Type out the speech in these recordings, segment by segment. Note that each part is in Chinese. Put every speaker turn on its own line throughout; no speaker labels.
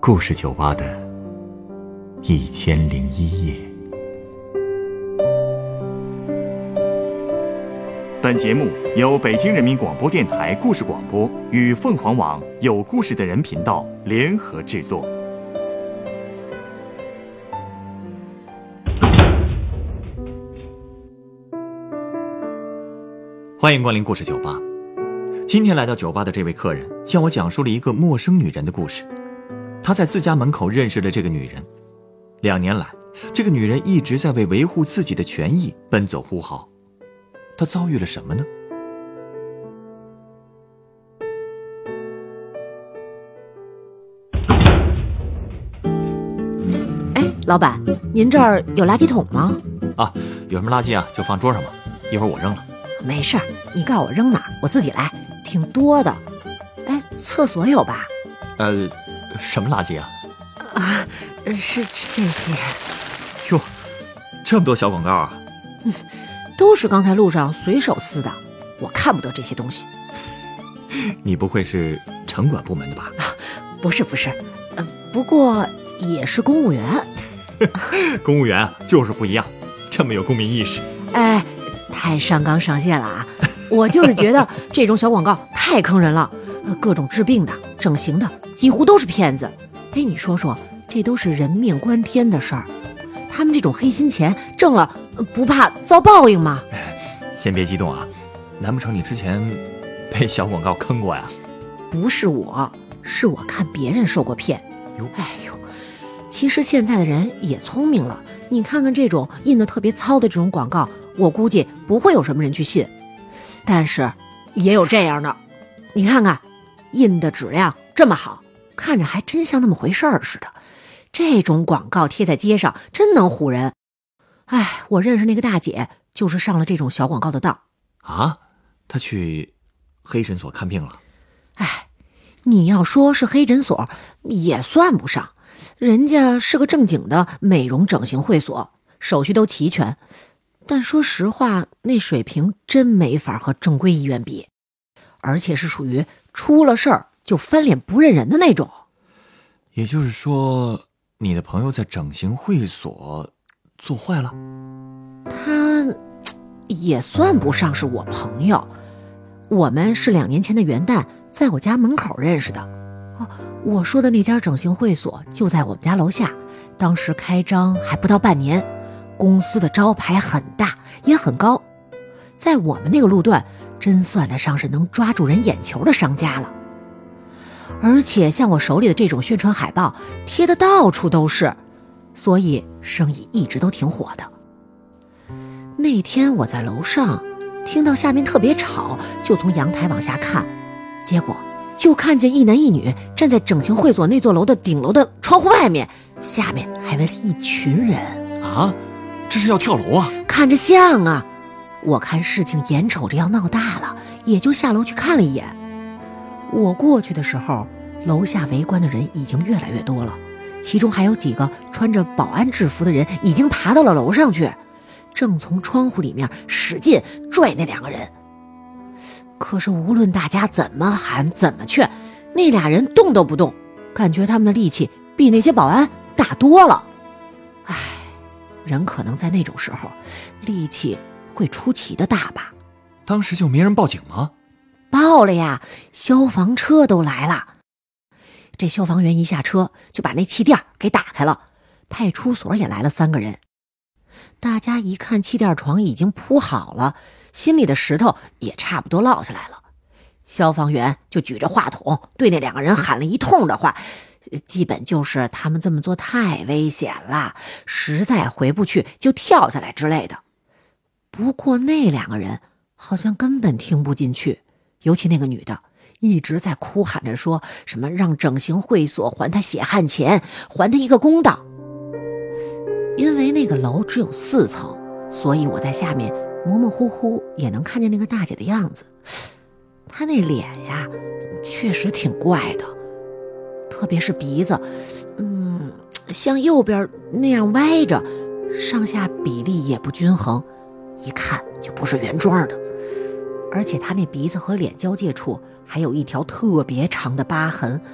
故事酒吧的1001夜。
本节目由北京人民广播电台故事广播与凤凰网有故事的人频道联合制作。
欢迎光临故事酒吧。今天来到酒吧的这位客人向我讲述了一个陌生女人的故事。他在自家门口认识了这个女人，2年来，这个女人一直在为维护自己的权益奔走呼号。她遭遇了什么呢？
哎，老板，您这儿有垃圾桶吗？
啊，有什么垃圾啊就放桌上吧，一会儿我扔了。
没事儿，你告诉我扔哪儿，我自己来，挺多的。哎，厕所有吧？
什么垃圾啊？
啊，是这些。
哟，这么多小广告啊！
都是刚才路上随手撕的，我看不得这些东西。
你不会是城管部门的吧？
不是，不过也是公务员。
公务员就是不一样，这么有公民意识。
哎，太上纲上线了啊！我就是觉得这种小广告太坑人了，各种治病的、整形的，几乎都是骗子。哎，你说说，这都是人命关天的事儿，他们这种黑心钱挣了，不怕遭报应吗？
先别激动啊，难不成你之前被小广告坑过呀？
不是我，是我看别人受过骗。哎呦，其实现在的人也聪明了，你看看这种印得特别糙的这种广告，我估计不会有什么人去信。但是也有这样的，你看看印的质量这么好，看着还真像那么回事儿似的。这种广告贴在街上真能唬人。哎，我认识那个大姐就是上了这种小广告的当。
啊？她去黑诊所看病了？
哎，你要说是黑诊所也算不上，人家是个正经的美容整形会所，手续都齐全。但说实话，那水平真没法和正规医院比，而且是属于出了事儿就翻脸不认人的那种。
也就是说，你的朋友在整形会所做坏了？
他也算不上是我朋友，我们是2年前的元旦在我家门口认识的。我说的那家整形会所就在我们家楼下，当时开张还不到半年，公司的招牌很大也很高，在我们那个路段真算得上是能抓住人眼球的商家了。而且像我手里的这种宣传海报贴的到处都是，所以生意一直都挺火的。那天我在楼上听到下面特别吵，就从阳台往下看，结果就看见一男一女站在整形会所那座楼的顶楼的窗户外面，下面还围了一群人。
啊，这是要跳楼啊？
看着像啊。我看事情眼瞅着要闹大了，也就下楼去看了一眼。我过去的时候，楼下围观的人已经越来越多了，其中还有几个穿着保安制服的人已经爬到了楼上去，正从窗户里面使劲拽那2个人。可是无论大家怎么喊怎么劝，那俩人动都不动，感觉他们的力气比那些保安大多了。唉，人可能在那种时候力气会出奇的大吧。
当时就没人报警吗？
报了呀，消防车都来了。这消防员一下车就把那气垫给打开了，派出所也来了3个人。大家一看气垫床已经铺好了，心里的石头也差不多落下来了。消防员就举着话筒对那2个人喊了一通的话，基本就是他们这么做太危险了，实在回不去就跳下来之类的。不过那2个人好像根本听不进去，尤其那个女的一直在哭喊着说什么让整形会所还她血汗钱，还她一个公道。因为那个楼只有4层，所以我在下面模模糊糊也能看见那个大姐的样子。她那脸呀确实挺怪的，特别是鼻子像右边那样歪着，上下比例也不均衡，一看就不是原装的。而且他那鼻子和脸交界处还有一条特别长的疤痕，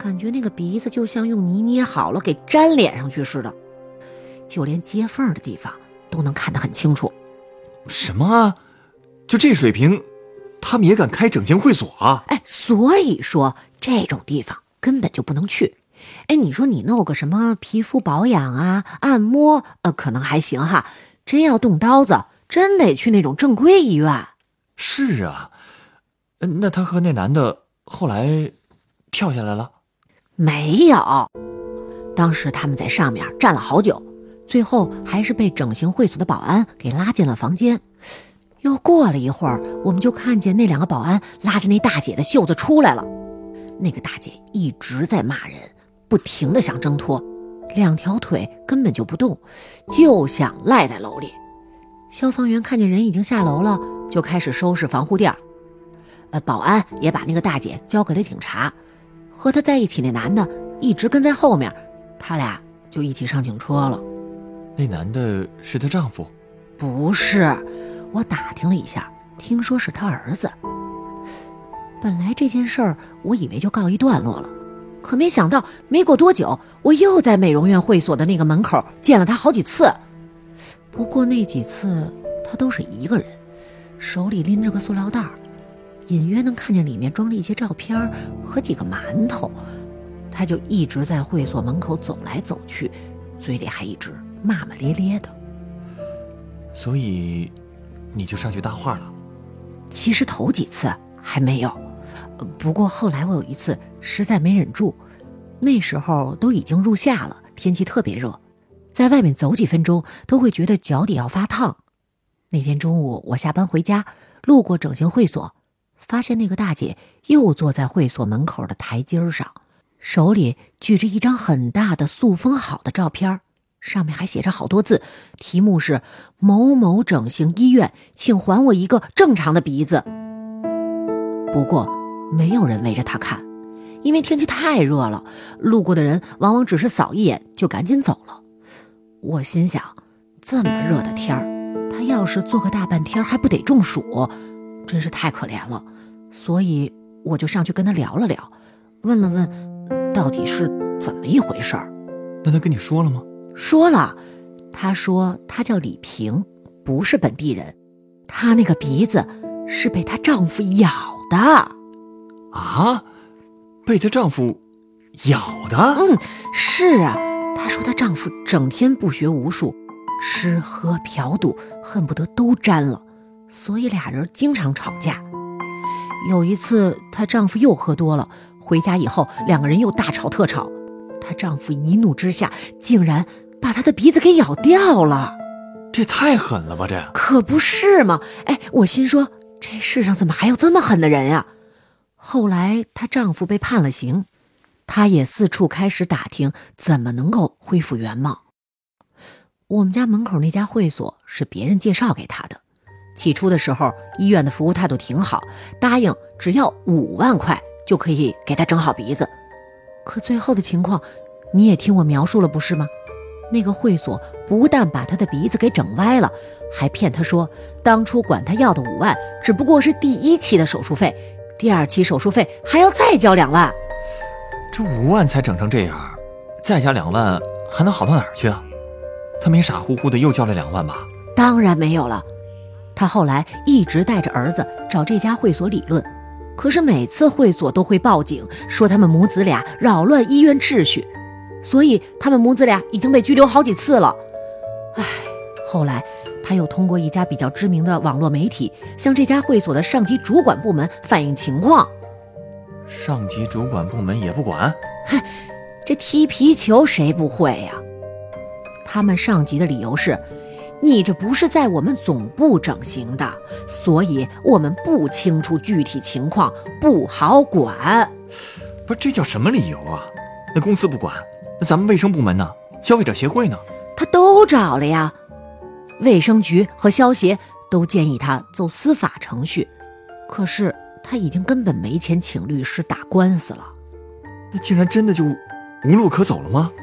感觉那个鼻子就像用泥捏好了给粘脸上去似的，就连接缝的地方都能看得很清楚。
什么啊？就这水平，他们也敢开整形会所啊？
所以说这种地方根本就不能去。你说你弄个什么皮肤保养啊、按摩，可能还行哈。真要动刀子，真得去那种正规医院。
是啊，那他和那男的后来跳下来了？
没有，当时他们在上面站了好久，最后还是被整形会所的保安给拉进了房间。又过了一会儿，我们就看见那2个保安拉着那大姐的袖子出来了。那个大姐一直在骂人，不停地想挣脱，2条腿根本就不动，就想赖在楼里。消防员看见人已经下楼了，就开始收拾防护垫。保安也把那个大姐交给了警察，和她在一起那男的一直跟在后面，他俩就一起上警车了。
那男的是她丈夫？
不是，我打听了一下，听说是他儿子。本来这件事儿我以为就告一段落了，可没想到没过多久，我又在美容院会所的那个门口见了他好几次。不过那几次他都是一个人，手里拎着个塑料袋，隐约能看见里面装着一些照片和几个馒头。他就一直在会所门口走来走去，嘴里还一直骂骂咧咧的。
所以你就上去搭话了？
其实头几次还没有，不过后来我有一次实在没忍住，那时候都已经入夏了，天气特别热，在外面走几分钟都会觉得脚底要发烫。那天中午我下班回家，路过整形会所，发现那个大姐又坐在会所门口的台阶上，手里举着一张很大的塑封好的照片，上面还写着好多字，题目是某某整形医院，请还我一个正常的鼻子。不过没有人围着他看，因为天气太热了，路过的人往往只是扫一眼就赶紧走了。我心想，这么热的天儿，他要是坐个大半天还不得中暑，真是太可怜了。所以我就上去跟他聊了聊，问了问到底是怎么一回事儿。
那他跟你说了吗？
说了，他说他叫李平，不是本地人，他那个鼻子是被她丈夫咬的。
啊？被她丈夫咬的？
是啊，她说她丈夫整天不学无术，吃喝嫖赌恨不得都沾了，所以俩人经常吵架。有一次她丈夫又喝多了，回家以后2个人又大吵特吵，她丈夫一怒之下竟然把她的鼻子给咬掉了。
这太狠了吧，这
可不是嘛。我心说这世上怎么还有这么狠的人呀。后来她丈夫被判了刑，她也四处开始打听怎么能够恢复原貌。我们家门口那家会所是别人介绍给她的，起初的时候医院的服务态度挺好，答应只要5万块就可以给她整好鼻子。可最后的情况你也听我描述了不是吗？那个会所不但把她的鼻子给整歪了，还骗她说当初管她要的5万只不过是第1期的手术费，第2期手术费还要再交2万。
这5万才整成这样，再加2万还能好到哪儿去啊？他没傻乎乎的又交了2万吧？
当然没有了，他后来一直带着儿子找这家会所理论，可是每次会所都会报警，说他们母子俩扰乱医院秩序，所以他们母子俩已经被拘留好几次了。后来他又通过一家比较知名的网络媒体向这家会所的上级主管部门反映情况。
上级主管部门也不管？
这踢皮球谁不会呀？他们上级的理由是，你这不是在我们总部整形的，所以我们不清楚具体情况，不好管。
不是，这叫什么理由啊？那公司不管，那咱们卫生部门呢？消费者协会呢？
他都找了呀，卫生局和消协都建议他走司法程序，可是他已经根本没钱请律师打官司了。
那竟然真的就无路可走了吗？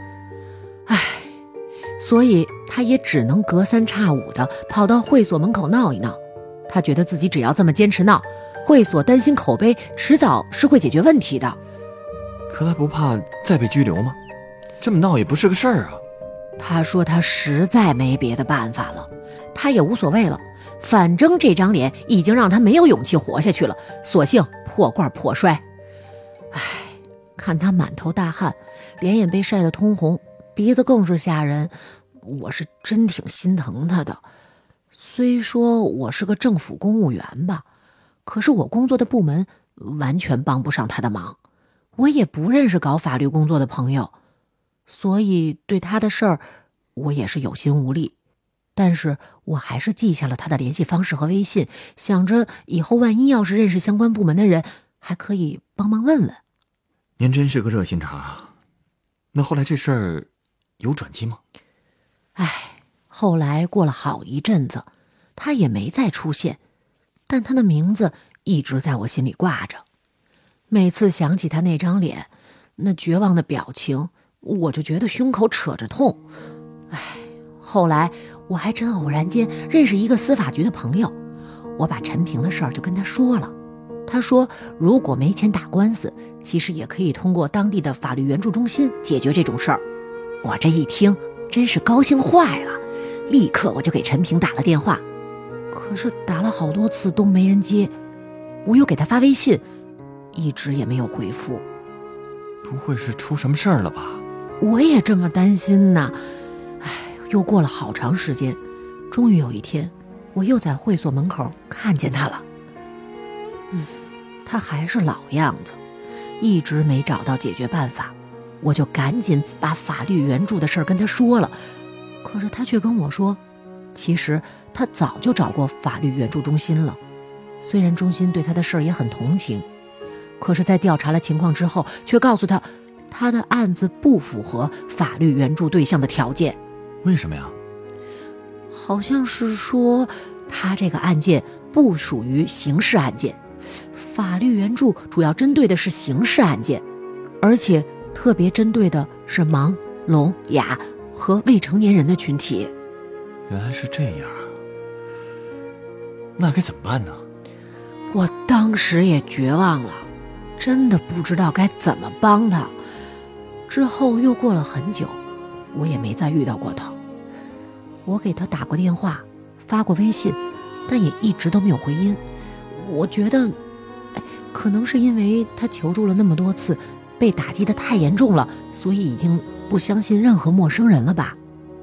所以他也只能隔3差5的跑到会所门口闹一闹。他觉得自己只要这么坚持闹，会所担心口碑迟早是会解决问题的。
可他不怕再被拘留吗？这么闹也不是个事儿啊。
他说他实在没别的办法了，他也无所谓了，反正这张脸已经让他没有勇气活下去了，索性破罐破摔。唉，看他满头大汗，脸也被晒得通红，鼻子更是吓人，我是真挺心疼他的。虽说我是个政府公务员吧，可是我工作的部门完全帮不上他的忙，我也不认识搞法律工作的朋友，所以对他的事儿我也是有心无力。但是我还是记下了他的联系方式和微信，想着以后万一要是认识相关部门的人，还可以帮忙问问。
您真是个热心肠啊。那后来这事儿有转机吗？
后来过了好一阵子，他也没再出现，但他的名字一直在我心里挂着。每次想起他那张脸，那绝望的表情，我就觉得胸口扯着痛。后来我还真偶然间认识一个司法局的朋友，我把陈平的事儿就跟他说了。他说如果没钱打官司，其实也可以通过当地的法律援助中心解决这种事儿。我这一听真是高兴坏了，立刻我就给陈平打了电话，可是打了好多次都没人接，我又给他发微信，一直也没有回复。
不会是出什么事儿了吧？
我也这么担心呢。又过了好长时间，终于有一天，我又在会所门口看见他了。他还是老样子，一直没找到解决办法。我就赶紧把法律援助的事儿跟他说了，可是他却跟我说，其实他早就找过法律援助中心了。虽然中心对他的事儿也很同情，可是在调查了情况之后，却告诉他，他的案子不符合法律援助对象的条件。
为什么呀？
好像是说他这个案件不属于刑事案件，法律援助主要针对的是刑事案件，而且特别针对的是盲、聋、哑和未成年人的群体。
原来是这样啊，那该怎么办呢？
我当时也绝望了，真的不知道该怎么帮他。之后又过了很久，我也没再遇到过他。我给他打过电话，发过微信，但也一直都没有回音。我觉得可能是因为他求助了那么多次，被打击得太严重了，所以已经不相信任何陌生人了吧。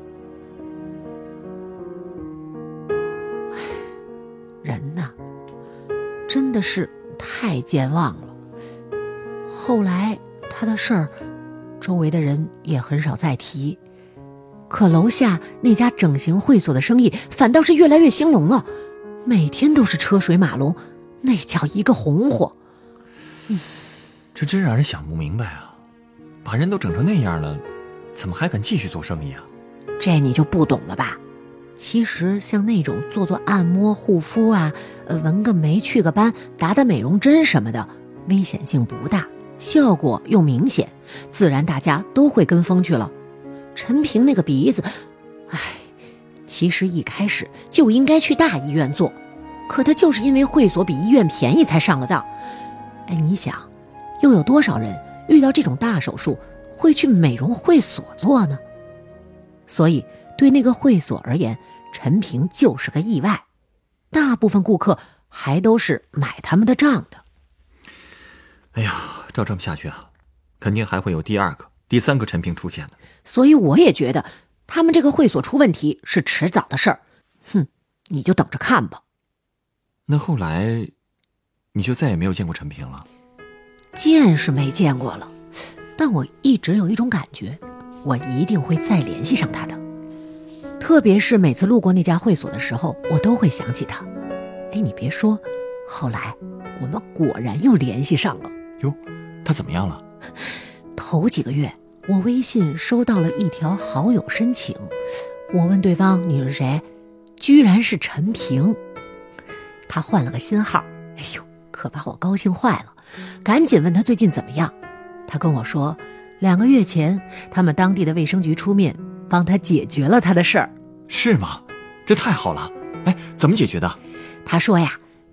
人呐，真的是太健忘了。后来他的事儿，周围的人也很少再提，可楼下那家整形会所的生意反倒是越来越兴隆了，每天都是车水马龙，那叫一个红火。
这真让人想不明白啊，把人都整成那样了，怎么还敢继续做生意啊？
这你就不懂了吧？其实像那种做按摩护肤啊，纹个眉去个斑打打美容针什么的，危险性不大，效果又明显，自然大家都会跟风去了。陈平那个鼻子，其实一开始就应该去大医院做，可他就是因为会所比医院便宜才上了当。你想，又有多少人遇到这种大手术会去美容会所做呢？所以对那个会所而言，陈平就是个意外，大部分顾客还都是买他们的账的。
哎呀，照这么下去啊，肯定还会有第二个、第三个陈平出现的。
所以我也觉得他们这个会所出问题是迟早的事儿。你就等着看吧。
那后来你就再也没有见过陈平了？
见是没见过了，但我一直有一种感觉，我一定会再联系上他的。特别是每次路过那家会所的时候，我都会想起他。你别说，后来我们果然又联系上了。
哟，他怎么样了？
头几个月我微信收到了一条好友申请，我问对方你是谁，居然是陈平。他换了个新号，可把我高兴坏了，赶紧问他最近怎么样。他跟我说2个月前他们当地的卫生局出面帮他解决了他的事儿。
是吗？这太好了。怎么解决的？
他说呀，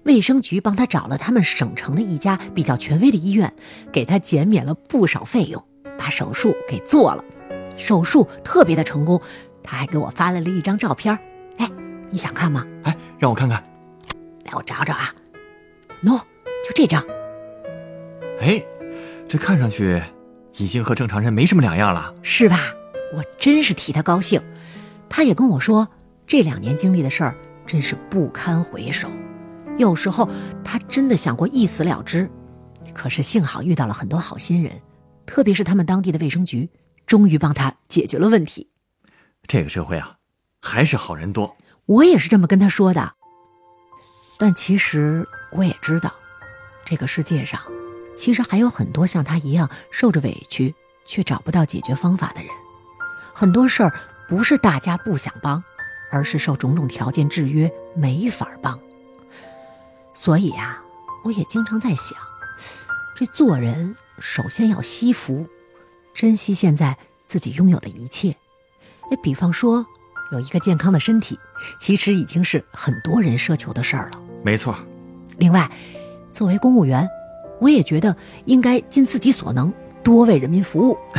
卫生局帮他找了他们省城的一家比较权威的医院，给他减免了不少费用，把手术给做了。手术特别的成功，他还给我发来了一张照片。哎，你想看吗？
哎，让我看看。
来，我找找啊。喏，就这张。
哎，这看上去已经和正常人没什么两样了，
是吧？我真是替他高兴。他也跟我说，这2年经历的事儿真是不堪回首，有时候他真的想过一死了之，可是幸好遇到了很多好心人，特别是他们当地的卫生局，终于帮他解决了问题。
这个社会啊，还是好人多。
我也是这么跟他说的。但其实我也知道，这个世界上其实还有很多像他一样受着委屈却找不到解决方法的人。很多事儿不是大家不想帮，而是受种种条件制约没法帮。所以啊，我也经常在想，这做人首先要惜福，珍惜现在自己拥有的一切。比方说有一个健康的身体，其实已经是很多人奢求的事儿了。
没错。
另外，作为公务员，我也觉得应该尽自己所能，多为人民服务。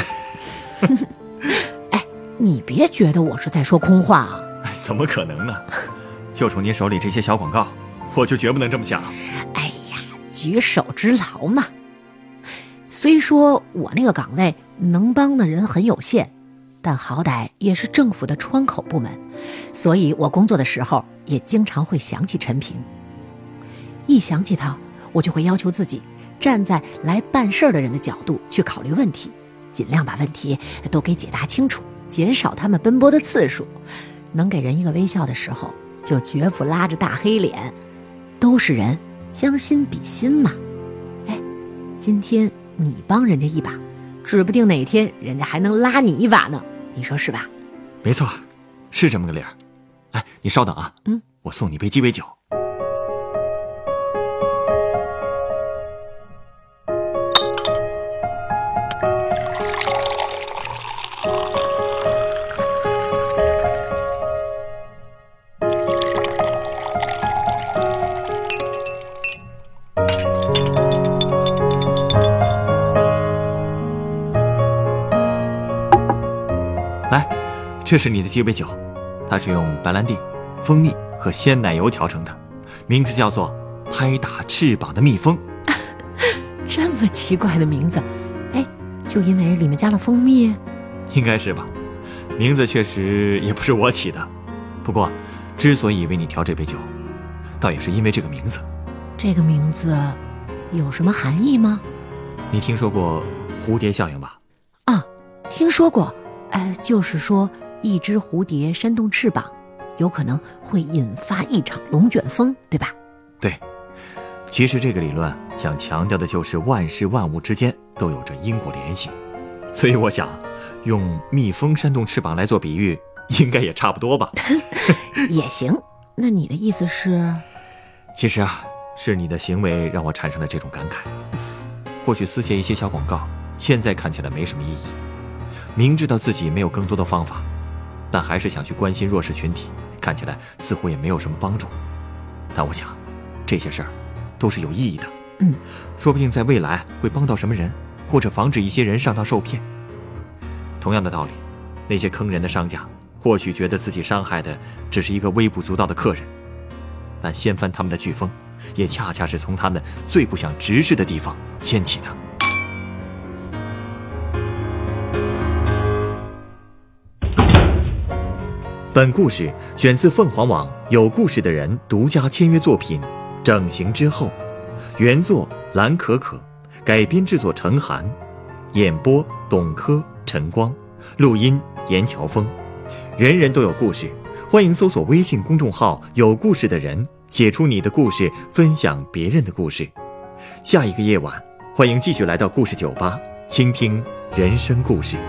哎，你别觉得我是在说空话啊。
怎么可能呢？就冲你手里这些小广告，我就绝不能这么想。
哎呀，举手之劳嘛。虽说我那个岗位能帮的人很有限，但好歹也是政府的窗口部门，所以我工作的时候也经常会想起陈平。一想起他，我就会要求自己站在来办事儿的人的角度去考虑问题，尽量把问题都给解答清楚，减少他们奔波的次数。能给人一个微笑的时候，就绝不拉着大黑脸。都是人，将心比心嘛。哎，今天你帮人家一把，指不定哪天人家还能拉你一把呢，你说是吧？
没错，是这么个理儿。哎，你稍等啊，我送你杯鸡尾酒。来，这是你的鸡尾酒，它是用白兰地、蜂蜜和鲜奶油调成的，名字叫做拍打翅膀的蜜蜂。
这么奇怪的名字，哎，就因为里面加了蜂蜜？
应该是吧，名字确实也不是我起的，不过之所以为你调这杯酒，倒也是因为这个名字。
这个名字有什么含义吗？
你听说过蝴蝶效应吧？
啊，听说过。就是说一只蝴蝶扇动翅膀，有可能会引发一场龙卷风，对吧？
对，其实这个理论想强调的就是万事万物之间都有着因果联系，所以我想用蜜蜂扇动翅膀来做比喻，应该也差不多吧。
也行。那你的意思是？
其实啊，是你的行为让我产生了这种感慨。或许撕写一些小广告现在看起来没什么意义，明知道自己没有更多的方法，但还是想去关心弱势群体，看起来似乎也没有什么帮助。但我想这些事儿都是有意义的，说不定在未来会帮到什么人，或者防止一些人上当受骗。同样的道理，那些坑人的商家或许觉得自己伤害的只是一个微不足道的客人，但掀翻他们的飓风也恰恰是从他们最不想直视的地方掀起的。本故事选自凤凰网有故事的人独家签约作品《整形之后》，原作蓝可可，改编制作陈寒，演播董珂、陈光，录音严乔峰。人人都有故事，欢迎搜索微信公众号有故事的人，写出你的故事，分享别人的故事。下一个夜晚，欢迎继续来到故事酒吧，倾听人生故事。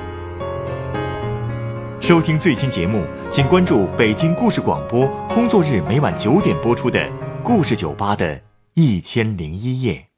收听最新节目，请关注北京故事广播，工作日每晚9点播出的故事酒吧的1001夜。